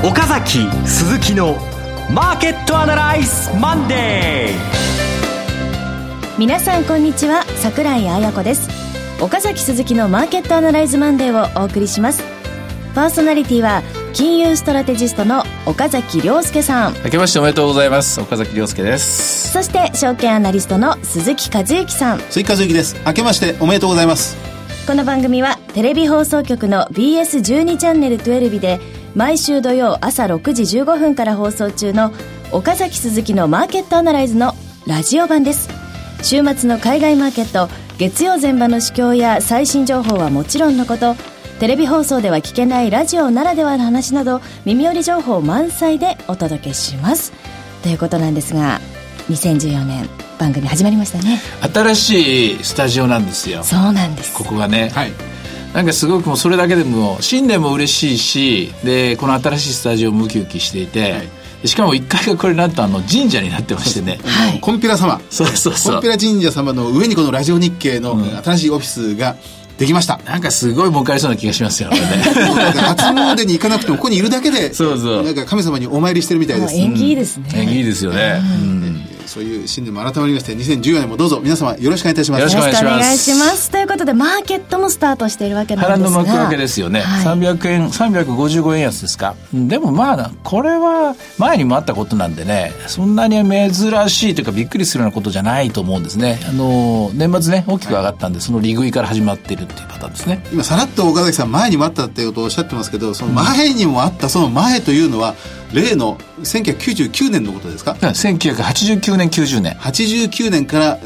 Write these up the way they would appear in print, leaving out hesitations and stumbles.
岡崎鈴木のマーケットアナライズマンデー。 皆さんこんにちは、桜井彩子です。岡崎鈴木のマーケットアナライズマンデーをお送りします。パーソナリティは金融ストラテジストの岡崎亮介さん。 明けましておめでとうございます。岡崎亮介です。 そして証券アナリストの鈴木和之さん。 鈴木和之です。明けましておめでとうございます。 この番組はテレビ放送局の BS12 チャンネル12日で毎週土曜朝6時15分から放送中の岡崎鈴木のマーケットアナライズのラジオ版です。週末の海外マーケット、月曜前場の市況や最新情報はもちろんのこと、テレビ放送では聞けないラジオならではの話など耳寄り情報満載でお届けしますということなんですが、2014年番組始まりましたね。 新しいスタジオなんですよ。 そうなんです。 ここがね、 はい、 なんかすごくもうそれだけでも新年も嬉しいし、でこの新しいスタジオもウキウキしていて、はい、しかも1階がこれなんと神社になってましてね、 はい、コンピラ様、 そうそうそう、 コンピラ神社様の上にこのラジオ日経の新しいオフィスができました。 なんかすごい儲かりそうな気がしますよね。 初詣に行かなくてもここにいるだけでそうそう、 なんか神様にお参りしてるみたいです。 縁起いいですね。 縁起いいですよね、 そういう新年も改まりまして2014年もどうぞ皆様よろしくお願いいたします。 よろしくお願いします。 よろしくお願いします。ということでマーケットもスタートしているわけなんですが、 波乱の幕開けですよね、はい、355円安ですか。でもまあこれは前にもあったことなんでね、そんなに珍しいというかびっくりするようなことじゃないと思うんですね。年末ね大きく上がったんで、その利食いから始まっているっていうパターンですね。 今さらっと岡崎さん前にもあったっていうことをおっしゃってますけど、その前にもあったその前というのは例の1999年のことですか。 1989年90年 89年から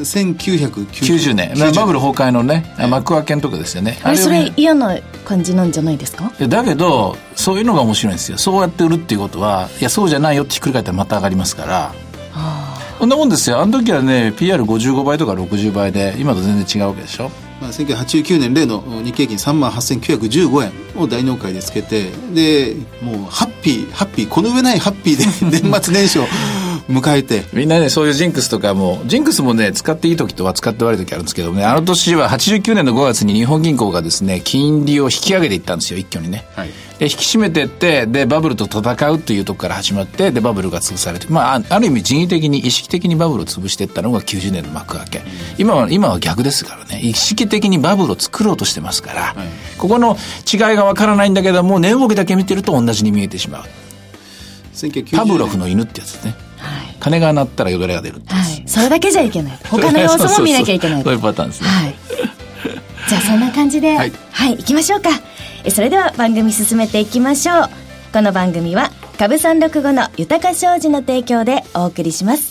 1990 年、バブル崩壊のね、幕開けのとこですよね。 それ嫌な感じなんじゃないですか。 だけどそういうのが面白いんですよ。そうやって売るっていうことは、いやそうじゃないよってひっくり返ったらまた上がりますから、こんなもんですよ。あの時はね PR55 倍とか60倍で今と全然違うわけでしょ。 1989年例の日経平均 38,915 円を大納会でつけて、でもうハッピーこの上ないハッピーで年末年始を迎えてみんなね、そういうジンクスとかもジンクスもね使っていい時とは使って悪い時あるんですけどね、あの年は89年の5月に日本銀行がですね金利を引き上げていったんですよ、一挙にね、はい、で引き締めていって、でバブルと戦うというところから始まって、でバブルが潰されて、ある意味人為的に意識的にバブルを潰していったのが90年の幕開け、今は逆ですからね、意識的にバブルを作ろうとしてますから、はい、ここの違いがわからないんだけども、値動きだけ見てると同じに見えてしまう。パブロフの犬ってやつですね、はい、鐘が鳴ったらよだれが出るってやつ、はい、 それだけじゃいけない、他の要素も見なきゃいけないそういうパターンですね、 はい、じゃあそんな感じではい、行きましょうか。それでは番組進めていきましょう。この番組は株365の豊か商事の提供でお送りします。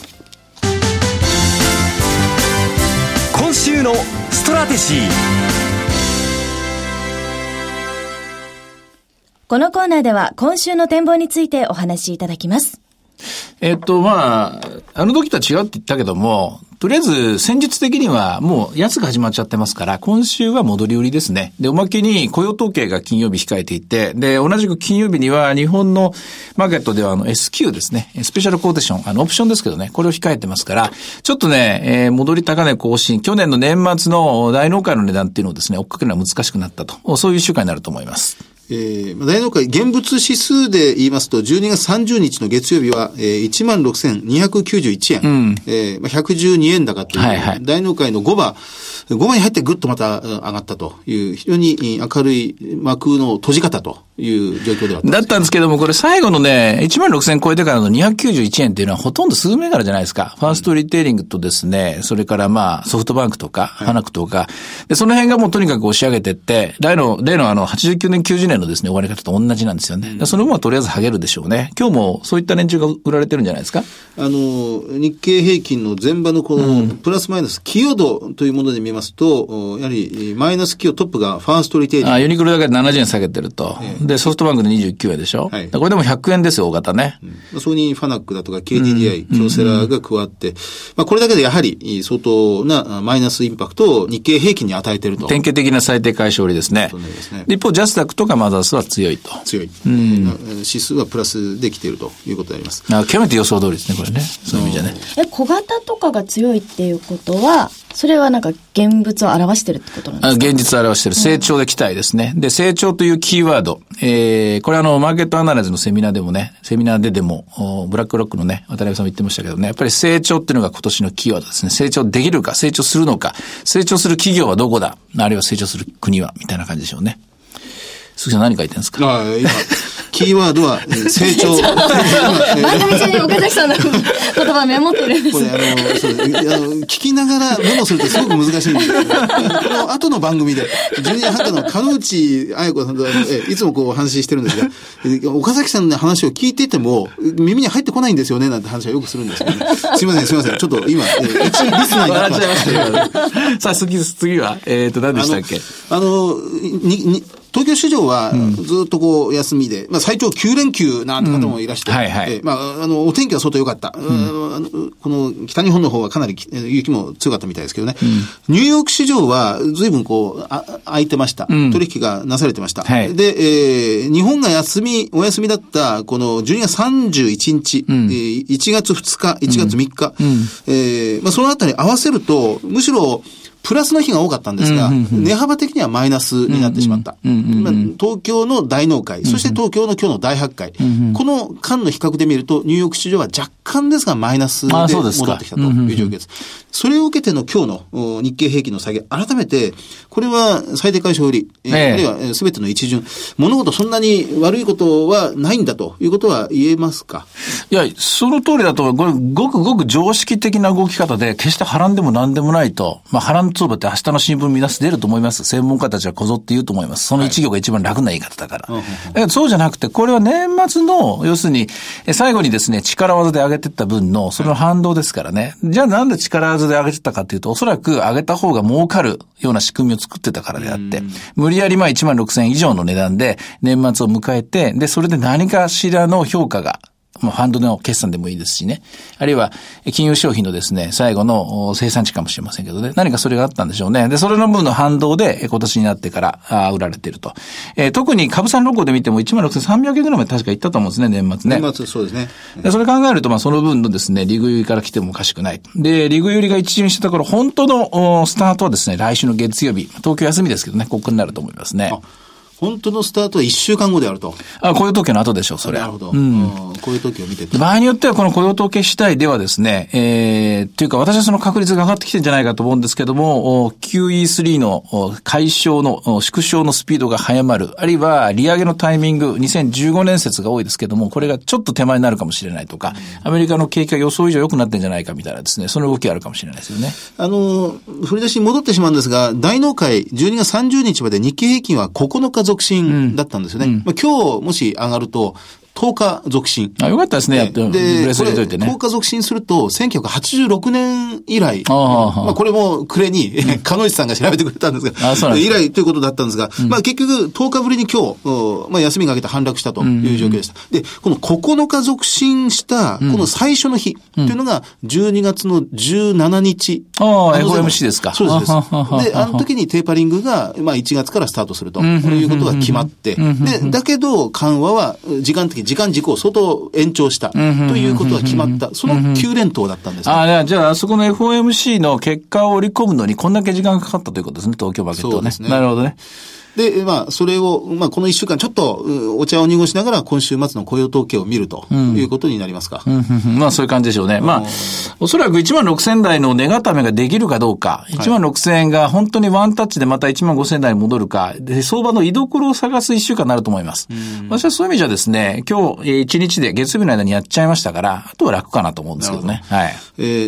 今週のストラテジー。 このコーナーでは今週の展望についてお話しいただきます。 あの時とは違うって言ったけども、とりあえず戦術的にはもう安が始まっちゃってますから、今週は戻り売りですね。で、おまけに雇用統計が金曜日控えていて、で、同じく金曜日には日本のマーケットではSQ ですね、スペシャルコーテーション、オプションですけどね、これを控えてますから、ちょっとね、戻り高値更新、去年の年末の大納会の値段っていうのをですね、追っかけるのは難しくなったと、そういう一週間になると思います。 大納会現物指数で言いますと12月30日の月曜日は、16,291 円、112円高という、はいはい、大納会の5番に入ってぐっとまた上がったという非常に明るい幕の閉じ方という状況ではだったんですけども、これ最後のね 16,000 超えてからの291円っていうのはほとんど数銘柄じゃないですか。ファーストリテイリングとですね、それからソフトバンクとかファナックとかで、その辺がもうとにかく押し上げていって、例の89年90年のですね終わり方と同じなんですよね。その分はとりあえず上げるでしょうね。今日もそういった連中が売られてるんじゃないですか。 日経平均の前場のこのプラスマイナス寄与度というもので見ますと、やはりマイナス寄与トップがファーストリテイリング、 ユニクロだけで70円下げてると、でソフトバンクで29円でしょ、はい、これでも100円ですよ大型ね、 そこにファナックだとか KDDI、京セラが加わって、これだけでやはり相当なマイナスインパクトを日経平均に与えていると。 典型的な最低解消利ですね。一方ジャスダックとかマザーズは強いと。 強い。指数はプラスできているということになります。 極めて予想通りですね、これね。そういう意味じゃね。 小型とかが強いっていうことは、それはなんか現物を表してるってことなんですか？ 現実を表してる。成長で期待ですね。で、成長というキーワード。これマーケットアナライズのセミナーでも、ブラックロックのね、渡辺さんも言ってましたけどね、やっぱり成長っていうのが今年のキーワードですね。成長できるか、成長するのか、成長する企業はどこだ、あるいは成長する国は、みたいな感じでしょうね。鈴木さん何書いてるんですか？ 今、キーワードは、成長。 番組中に岡崎さんの言葉メモってるんです。 これ聞きながらメモするとすごく難しいんですけど、この後の番組で、12時半からの門内彩子さんといつもこう話してるんですが、岡崎さんの話を聞いていても、耳に入ってこないんですよね、なんて話はよくするんですけどね。すいません。ちょっと今、一リスナーになってます。 さあ、次は、何でしたっけ？ 東京市場はずっとこう休みで、最長9連休なんて方もいらして、お天気は相当良かった。この北日本の方はかなり雪も強かったみたいですけどね。ニューヨーク市場は随分こう空いてました。取引がなされてました。で、日本がお休みだったこの12月31日、1月2日、1月3日、そのあたり合わせると、むしろプラスの日が多かったんですが、値幅的にはマイナスになってしまった。東京の大納会、そして東京の今日の大発会、この間の比較で見ると、ニューヨーク市場は若干ですがマイナスで戻ってきたという状況です。それを受けての今日の日経平均の下げ、改めて、これは最低解消売り、あるいは全ての一巡、物事そんなに悪いことはないんだということは言えますか？ いや、その通りだと、これごくごく常識的な動き方で、決して波乱でも何でもないと、波乱相場って明日の新聞見出す出ると思います。専門家たちはこぞって言うと思います。その一行が一番楽な言い方だから。だけどそうじゃなくて、これは年末の、要するに、最後にですね、力技で上げていった分の、それの反動ですからね。じゃあなんで力技で上げていったかっていうと、おそらく上げた方が儲かるような仕組みを作ってたからであって、無理やり16,000円以上の値段で年末を迎えて、で、それで何かしらの評価が、ファンドの決算でもいいですしね。あるいは、金融商品のですね、最後の生産値かもしれませんけどね。何かそれがあったんでしょうね。で、それの分の反動で、今年になってから売られていると。特に株産ロゴで見ても16,300円ぐらいまで確か行ったと思うんですね、年末ね。 年末、そうですね。 で、それ考えると、その分のですね、利食いから来てもおかしくない。で、利食い売りが一巡してたから、本当のスタートはですね、来週の月曜日、東京休みですけどね、ここになると思いますね。 本当のスタートは1週間後であると。 雇用統計の後でしょう、それ。 なるほど。雇用統計を見てて。 場合によってはこの雇用統計次第ではですね、というか私はその確率が上がってきてるんじゃないかと思うんですけども、QE3 の解消の、縮小のスピードが早まる。あるいは利上げのタイミング、2015年説が多いですけども、これがちょっと手前になるかもしれないとか、アメリカの景気が予想以上良くなってんじゃないかみたいなですね、その動きがあるかもしれないですよね。 振り出しに戻ってしまうんですが、大納会12月30日まで日経平均は9日続伸だったんですよね。今日もし上がると、10日続伸。 よかったですね、やって。 で、10日続伸すると、1986年以来、これも暮れに、鹿内さんが調べてくれたんですが、以来ということだったんですが、結局、10日ぶりに今日、休みが明けて反落したという状況でした。で、この9日続伸した、この最初の日というのが、12月の17日。 FOMC ですか。 そうです。で、あの時にテーパリングが、1月からスタートするということが決まって、で、だけど、緩和は時間軸を相当延長したということが決まった。その9連投だったんですね。 じゃあ、あそこの FOMC の結果を織り込むのにこんだけ時間がかかったということですね、東京マーケットはね。なるほどね。 で、それを、この一週間ちょっとお茶を濁しながら今週末の雇用統計を見るということになりますか。 そういう感じでしょうね。おそらく16,000台の値固めができるかどうか、16,000円が本当にワンタッチでまた15,000台に戻るか、で、相場の居所を探す一週間になると思います。私はそういう意味じゃですね、今日1日で月曜日の間にやっちゃいましたから、あとは楽かなと思うんですけどね。はい。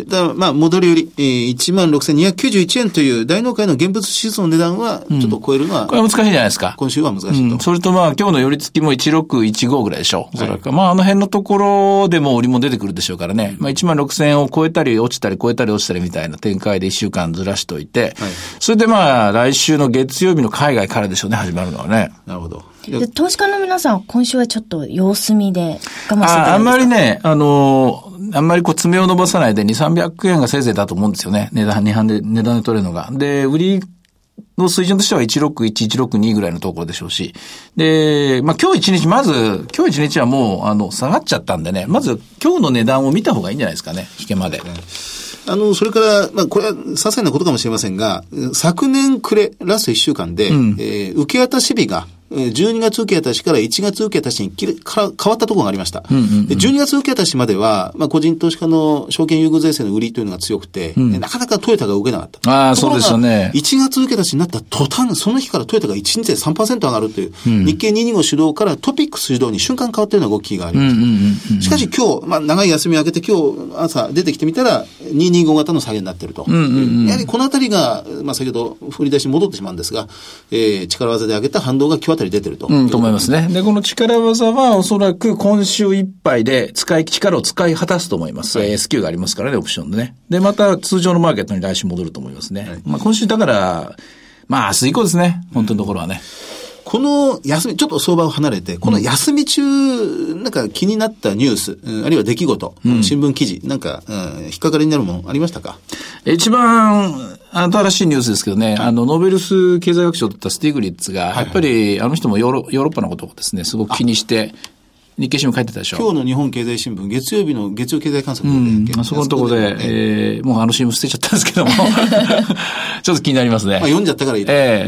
戻り売り、16,291円という大納会の現物指数の値段はちょっと超えるのは、 これ難しいじゃないですか。 今週は難しいと。 それと今日の寄り付きも1615ぐらいでしょう。おそらく。あの辺のところでも売りも出てくるでしょうからね。16,000円を超えたり落ちたり超えたり落ちたりみたいな展開で1週間ずらしといて、それで来週の月曜日の海外からでしょうね、始まるのはね。 なるほど。 で、投資家の皆さん、今週はちょっと様子見で我慢してたんですか？ あんまりね、あんまり爪を伸ばさないで2、300円がせいぜいだと思うんですよね。値段で取れるのが。で、売りの水準としては161、162ぐらいのところでしょうし。で、今日一日はもう、下がっちゃったんでね、まず今日の値段を見た方がいいんじゃないですかね、引けまで。 それから、これは些細なことかもしれませんが、昨年ラスト1週間で、受け渡し日が、12月受け渡しから1月受け渡しに変わったところがありました。で12月受け渡しまでは、個人投資家の証券優遇税制の売りというのが強くて、なかなかトヨタが受けなかった。 そうですよね。 1月受け渡しになった途端、その日からトヨタが1日で 3% 上がるという、日経225主導からトピックス主導に瞬間変わったような動きがありました。しかし今日、長い休みを明けて今日朝出てきてみたら、225型の下げになっていると。やはりこのあたりが、先ほど振り出しに戻ってしまうんですが、力技で上げた反動が今日あたり出てると。 と思いますね。で、この力技はおそらく今週いっぱいで力を使い果たすと思います。S q がありますからね、オプションでね。で、また通常のマーケットに来週戻ると思いますね。今週だから、明日以降ですね。本当のところはね。 この休み、ちょっと相場を離れて、この休み中、なんか気になったニュース、あるいは出来事、新聞記事、なんか、引っかかりになるものありましたか？ 一番、新しいニュースですけどね、ノーベルス経済学賞を取ったスティグリッツが、やっぱり、あの人もヨーロッパのことをですね、すごく気にして、日経新聞書いてたでしょ。 今日の日本経済新聞、月曜日の月曜経済観測で、そこのところで、もう新聞捨てちゃったんですけども、ちょっと気になりますね。 読んじゃったからいい。 これ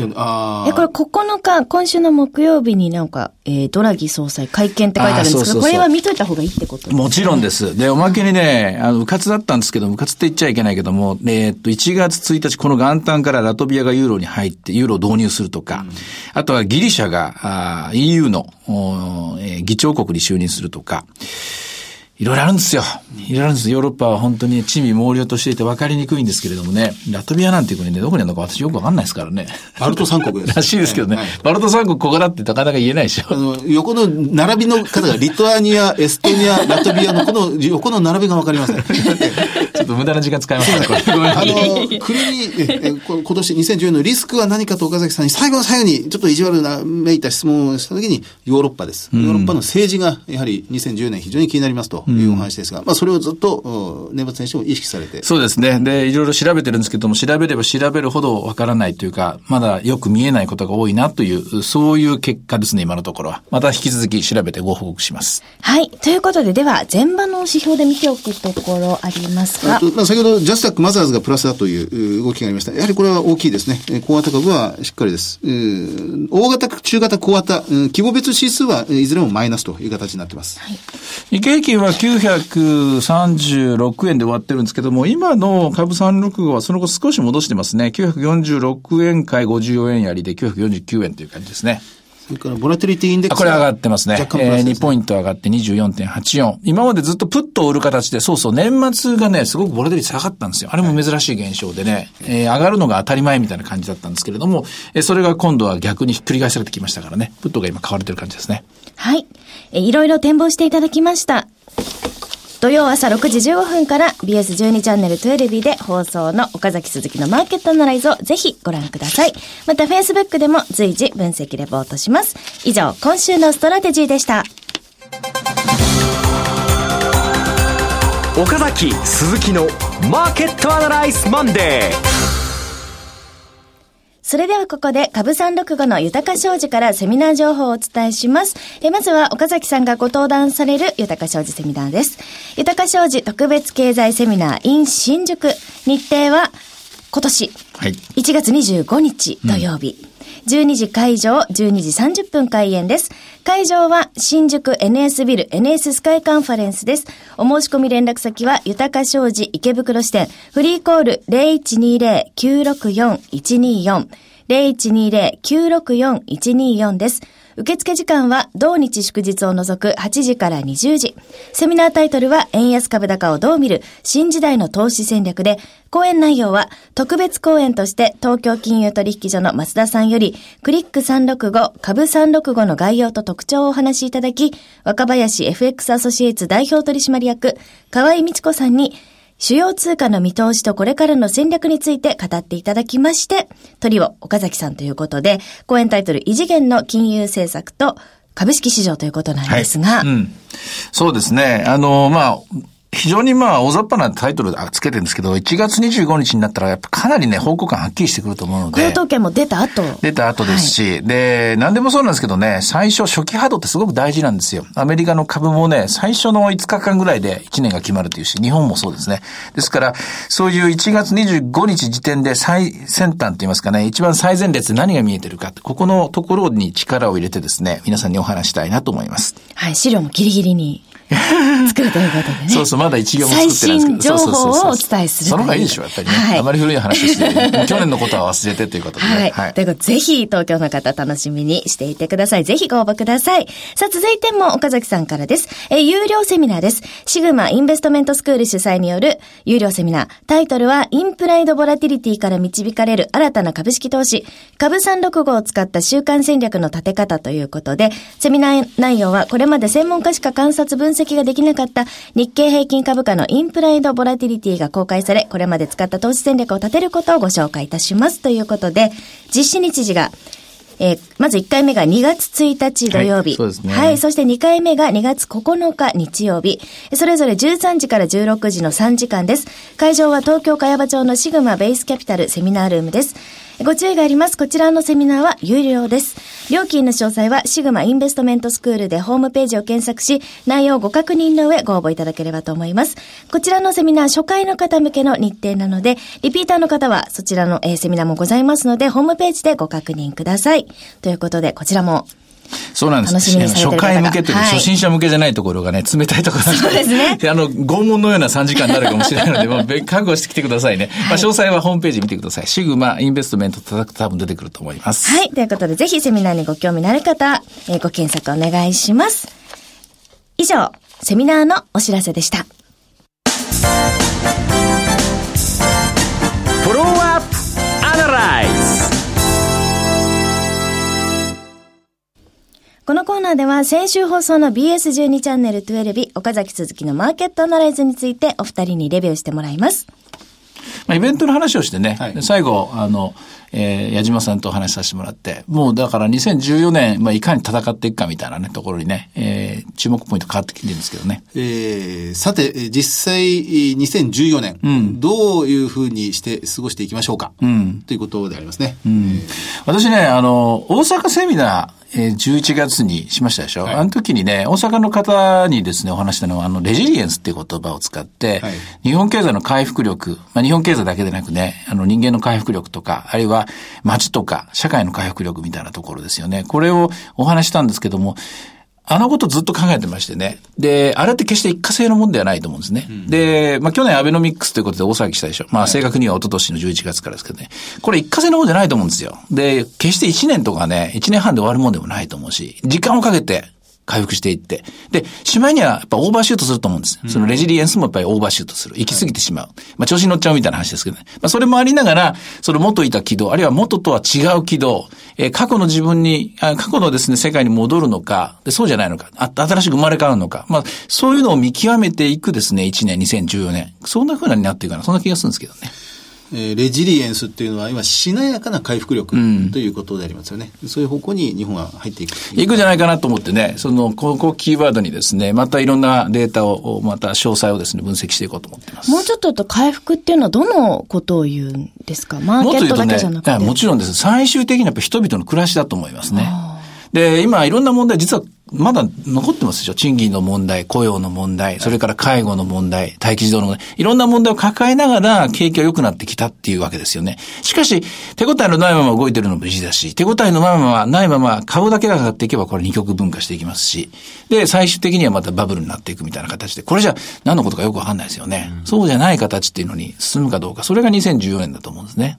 9日、今週の木曜日になんか、ドラギ総裁会見って書いてあるんですけど、これは見といた方がいいってことですね。 もちろんです。で、おまけにね、うかつだったんですけど、うかつって言っちゃいけないけども、1月1日、この元旦からラトビアがユーロに入って、ユーロを導入するとか、あとはギリシャが、EU の、議長国に就任するとか、いろいろあるんですよ。いろいろあるんです。ヨーロッパは本当に地味猛量としていて分かりにくいんですけれどもね、ラトビアなんていう国ね、どこにあるのか私よく分かんないですからね。 バルト三国です。 らしいですけどね。バルト三国ここだってなかなか言えないでしょ。 横の並びの方がリトアニア、エストニア、ラトビアのこの横の並びが分かりません。 ちょっと無駄な時間使いますね、これ。 国に、今年2014年のリスクは何かと岡崎さんに最後の最後にちょっと意地悪なめいた質問をしたときにヨーロッパです。ヨーロッパの政治がやはり2010年非常に気になりますというお話ですが、それをずっと年末年始も意識されて。 そうですね。で、いろいろ調べてるんですけども、調べれば調べるほどわからないというか、まだよく見えないことが多いなという、そういう結果ですね、今のところは。また引き続き調べてご報告します。 はい。ということで、では、前場の指標で見ておくところありますか？ 先ほど、ジャスタックマザーズがプラスだという動きがありました。やはりこれは大きいですね。小型株はしっかりです。大型、中型、小型、規模別指数はいずれもマイナスという形になっています。はい、 日経平均は936円で終わってるんですけども、今の株365はその後少し戻してますね。946円買い54円やりで949円という感じですね。 それからボラティリティインデックス。 これ上がってますね。2ポイント上がって 24.84。今までずっとプットを売る形で、そうそう、年末がね、すごくボラティリティ下がったんですよ。あれも珍しい現象でね、上がるのが当たり前みたいな感じだったんですけれども、それが今度は逆にひっくり返されてきましたからね。プットが今買われてる感じですね。 はい。いろいろ展望していただきました。土曜朝6時15分から BS12 チャンネル12で放送の岡崎鈴木のマーケットアナライズをぜひご覧ください。また Facebook でも随時分析レポートします。以上、今週のストラテジーでした。 岡崎鈴木のマーケットアナライズマンデー。 それではここで株365の豊か商事からセミナー情報をお伝えします。まずは岡崎さんがご登壇される豊か商事セミナーです。豊か商事特別経済セミナー in 新宿。日程は今年1月25日土曜日。12時会場、12時30分開演です。会場は新宿 NS ビル NS スカイカンファレンスです。お申し込み連絡先は豊か商事池袋支店フリーコール 0120-964-124 0120-964-124 です。受付時間は同日祝日を除く8時から20時。セミナータイトルは円安株高をどう見る新時代の投資戦略で、講演内容は特別講演として東京金融取引所の増田さんよりクリック365株365の概要と特徴をお話しいただき、若林 FX アソシエイツ代表取締役河合美智子さんに主要通貨の見通しとこれからの戦略について語っていただきまして、トリオ岡崎さんということで、講演タイトル異次元の金融政策と株式市場ということなんですが。 はい、そうですね。 非常に大雑把なタイトルつけてるんですけど、1月25日になったらやっぱかなりね、方向感はっきりしてくると思うので。 雇用統計も出た後ですし、で、何でもそうなんですけどね、最初、初期波動ってすごく大事なんですよ。アメリカの株もね、最初の5日間ぐらいで1年が決まるというし、日本もそうですね。ですから、そういう1月25日時点で最先端って言いますかね、一番最前列で何が見えてるか、ここのところに力を入れてですね、皆さんにお話したいなと思います。 はい、資料もギリギリに作るということでね。 そうそう、まだ一行も作ってないんですけど。 最新情報をお伝えする。 その方がいいでしょ、やっぱりね。はい、あまり古い話して、去年のことは忘れてということでね。 はい。ということで、ぜひ東京の方楽しみにしていてください。ぜひご応募ください。さあ、続いても岡崎さんからです。有料セミナーです。シグマインベストメントスクール主催による有料セミナー。タイトルは、インプライドボラティリティから導かれる新たな株式投資。株365を使った週間戦略の立て方ということで、セミナー内容はこれまで専門家しか観察分析ができなかった日経平均株価のインプライドボラティリティが公開され、これまで使った投資戦略を立てることをご紹介いたしますということで、実施日時がまず1回目が2月1日土曜日。 はい、そうですね。 はい。そして2回目が2月9日日曜日。それぞれ13時から16時の3時間です。会場は東京茅場町のシグマベースキャピタルセミナールームです。ご注意があります。こちらのセミナーは有料です。料金の詳細はシグマインベストメントスクールでホームページを検索し、内容をご確認の上ご応募いただければと思います。こちらのセミナー初回の方向けの日程なので、リピーターの方はそちらのセミナーもございますので、ホームページでご確認ください。ということで、こちらもそうなんです。初回向けというか、初心者向けじゃないところがね、冷たいところなんで。 そうですね。 拷問のような3時間になるかもしれないので、覚悟してきてくださいね。詳細はホームページ見てください。シグマインベストメント叩くと多分出てくると思います。 はい。ということで、ぜひセミナーにご興味のある方、ご検索お願いします。以上、セミナーのお知らせでした。 フォローアップアナライズ。 このコーナーでは先週放送の BS12 チャンネル12岡崎鈴木のマーケットアナライズについてお二人にレビューしてもらいます。 イベントの話をしてね、 はい、 最後、矢島さんとお話しさせてもらって、もうだから2014年、いかに戦っていくかみたいなね、ところにね、注目ポイント変わってきてるんですけどね。 さて、実際、2014年、どういうふうにして過ごしていきましょうか、ということでありますね。 私ね、大阪セミナー、11月にしましたでしょ、はい、あの時にね、大阪の方にですね、お話したのは、レジリエンスっていう言葉を使って、はい、日本経済の回復力、日本経済だけでなくね、人間の回復力とか、あるいは街とか、社会の回復力みたいなところですよね。これをお話したんですけども、ことずっと考えてましてね。で、あれって決して一過性のものではないと思うんですね。で、去年アベノミックスということで大騒ぎしたでしょ。正確には一昨年の11月からですけどね。これ一過性のものじゃないと思うんですよ。で、決して1年とかね、1年半で終わるものでもないと思うし、時間をかけて回復していって。で、しまいにはやっぱオーバーシュートすると思うんです。そのレジリエンスもやっぱりオーバーシュートする。行き過ぎてしまう。調子に乗っちゃうみたいな話ですけどね。それもありながら、その元いた軌道、あるいは元とは違う軌道、過去の自分に、過去のですね、世界に戻るのか、でそうじゃないのか、新しく生まれ変わるのか。そういうのを見極めていくですね、1年、2014年。そんな風になっていくかな、そんな気がするんですけどね。 レジリエンスっていうのは今しなやかな回復力ということでありますよね。そういう方向に日本は入っていく。 いくんじゃないかなと思ってね、ここキーワードにですね、またいろんなデータを、また詳細をですね、分析していこうと思っています。 もうちょっと言うと回復っていうのはどのことを言うんですか？マーケットだけじゃなくて。 もちろんです。最終的にやっぱ人々の暮らしだと思いますね。で、今いろんな問題実はまだ残ってますでしょ。賃金の問題、雇用の問題、それから介護の問題、待機児童の問題、いろんな問題を抱えながら景気が良くなってきたっていうわけですよね。しかし、手応えのないまま動いてるのも事実だし、手応えのないまま株だけが上がっていけばこれ二極分化していきますし、で、最終的にはまたバブルになっていくみたいな形で、これじゃ何のことかよくわかんないですよね。そうじゃない形っていうのに進むかどうか、それが2014年だと思うんですね。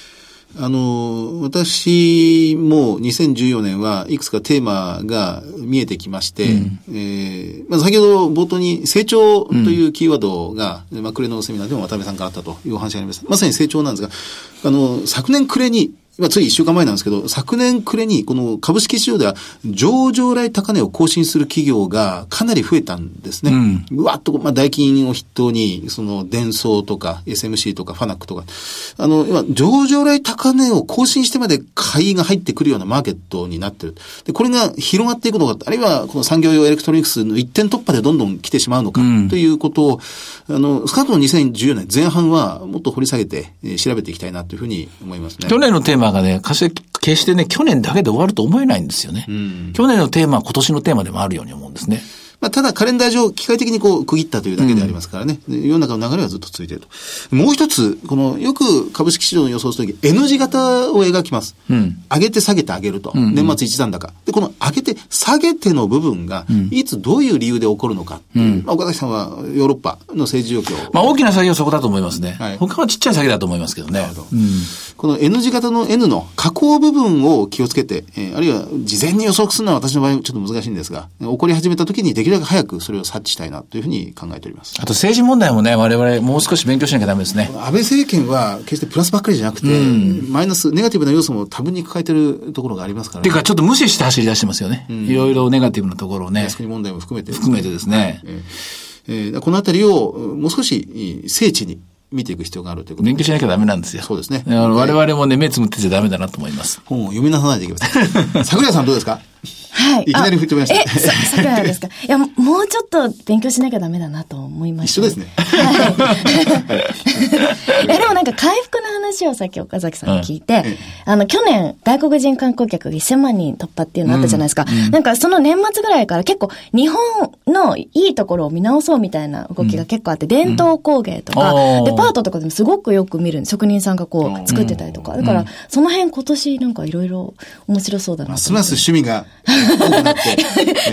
私も2014年はいくつかテーマが見えてきまして、先ほど冒頭に成長というキーワードが、暮れのセミナーでも渡辺さんからあったというお話がありました。まさに成長なんですが、昨年暮れに今つい1週間前なんですけど、昨年暮れにこの株式市場では上場来高値を更新する企業がかなり増えたんですね。うわっと、ダイキンを筆頭に、そのデンソーとか SMC とかファナックとか、今上場来高値を更新してまで買いが入ってくるようなマーケットになってる。で、これが広がっていくのか、あるいはこの産業用エレクトロニクスの一点突破でどんどん来てしまうのか、ということを、少なくとも2014年前半はもっと掘り下げて調べていきたいなというふうに思いますね。 去年のテーマがね、決してね、去年だけで終わると思えないんですよね。去年のテーマは今年のテーマでもあるように思うんですね。 ただカレンダー上機械的にこう区切ったというだけでありますからね。世の中の流れはずっと続いていると。もう一つ、このよく株式市場の予想するとき N 字型を描きます。上げて下げて上げると。年末一段高。で、この上げて下げての部分がいつどういう理由で起こるのか。岡崎さんはヨーロッパの政治状況。 大きな下げはそこだと思いますね。他はちっちゃい下げだと思いますけどね。 この N 字型の N の下降部分を気をつけて、あるいは事前に予測するのは私の場合ちょっと難しいんですが、起こり始めた時にできるだけ早くそれを察知したいなというふうに考えております。 あと政治問題もね、我々もう少し勉強しなきゃダメですね。 安倍政権は決してプラスばっかりじゃなくて、マイナス、ネガティブな要素も多分に抱えているところがありますからね。 ていうかちょっと無視して走り出してますよね。いろいろネガティブなところをね。 靖国問題も含めてですね。 このあたりをもう少し精緻に見ていく必要があるということで。 勉強しなきゃダメなんですよ。 そうですね。 我々もね、目つむってちゃダメだなと思います。 本を読みなさないといけません。桜井さんどうですか？ はい。 いきなり振ってみました。 桜井ですか？いや、もうちょっと勉強しなきゃダメだなと思いました。 一緒ですね。 はい。でもなんか回復の話をさっき岡崎さんに聞いて、去年外国人観光客が1000万人突破っていうのあったじゃないですか。なんかその年末ぐらいから結構日本のいいところを見直そうみたいな動きが結構あって、伝統工芸とか、デパートとかでもすごくよく見る職人さんがこう作ってたりとか。だからその辺今年なんかいろいろ面白そうだなと。 ますます趣味が多くなって。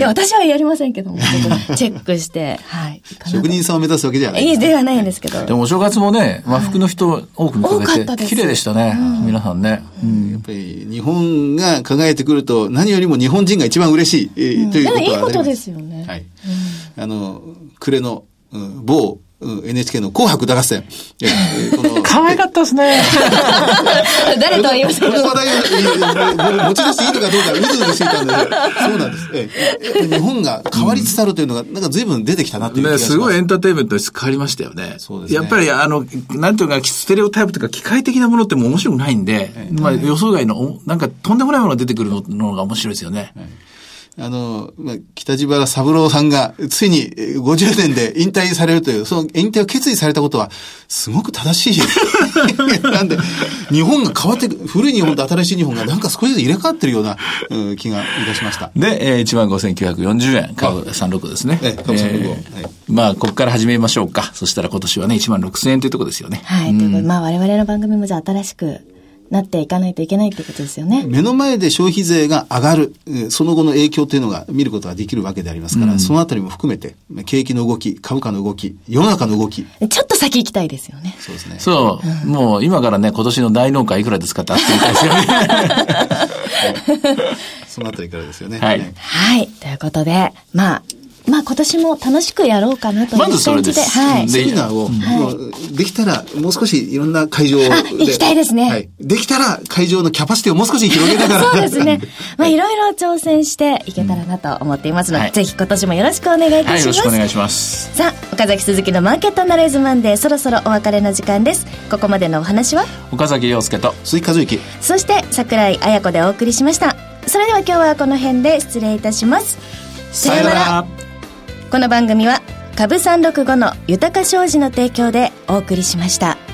いや、私はやりませんけども、チェックして、はい。 職人さんを目指すわけではないではないんですけど。 でもお正月もね、和服の人多く見かけて、綺麗でしたね、皆さんね。 やっぱり日本が輝いてくると何よりも日本人が一番嬉しい、ということは。 いいことですよね。 はい。暮れの、某NHK の紅白歌合戦。 可愛かったですね。 誰とは言いませんけど。 この話題を持ち出していいのかどうかうずうずしていたんで、そうなんです。日本が変わりつつあるというのが、なんか随分出てきたなという気がします。 すごいエンターテインメントに変わりましたよね。 そうですね。 やっぱりなんていうか、ステレオタイプとか機械的なものってもう面白くないんで、予想外の、なんかとんでもないものが出てくるのが面白いですよね。 北島三郎さんがついに50年で引退されるという、その引退を決意されたことは、すごく正しい。なんで、日本が変わって、古い日本と新しい日本がなんか少しずつ入れ替わってるような気がいたしました。 で、15,940円、株36ですね。 株36を。 まあ、ここから始めましょうか。そしたら今年はね、16,000円というところですよね。 はい。ということで、我々の番組もじゃあ新しく、なっていかないといけないってことですよね。 目の前で消費税が上がる、その後の影響というのが見ることができるわけでありますから、そのあたりも含めて、景気の動き、株価の動き、世の中の動き。 ちょっと先行きたいですよね。 そうですね。 そう。もう今からね、今年の大納会いくらですかってあってみたいですよね。 そのあたりからですよね。 はい。 はい。ということで、まあ今年も楽しくやろうかなという感じで。まずそれです。はい。 セミナーを、できたらもう少しいろんな会場で。 行きたいですね。 はい。できたら会場のキャパシティをもう少し広げながら。 そうですね。まあいろいろ挑戦していけたらなと思っていますので、ぜひ今年もよろしくお願いいたします。はい、よろしくお願いします。 さあ、岡崎鈴木のマーケットアナライズマンデー、そろそろお別れの時間です。ここまでのお話は岡崎陽介と鈴木和之、 そして桜井彩子でお送りしました。それでは今日はこの辺で失礼いたします。 さよなら。 この番組は株365の豊か商事の提供でお送りしました。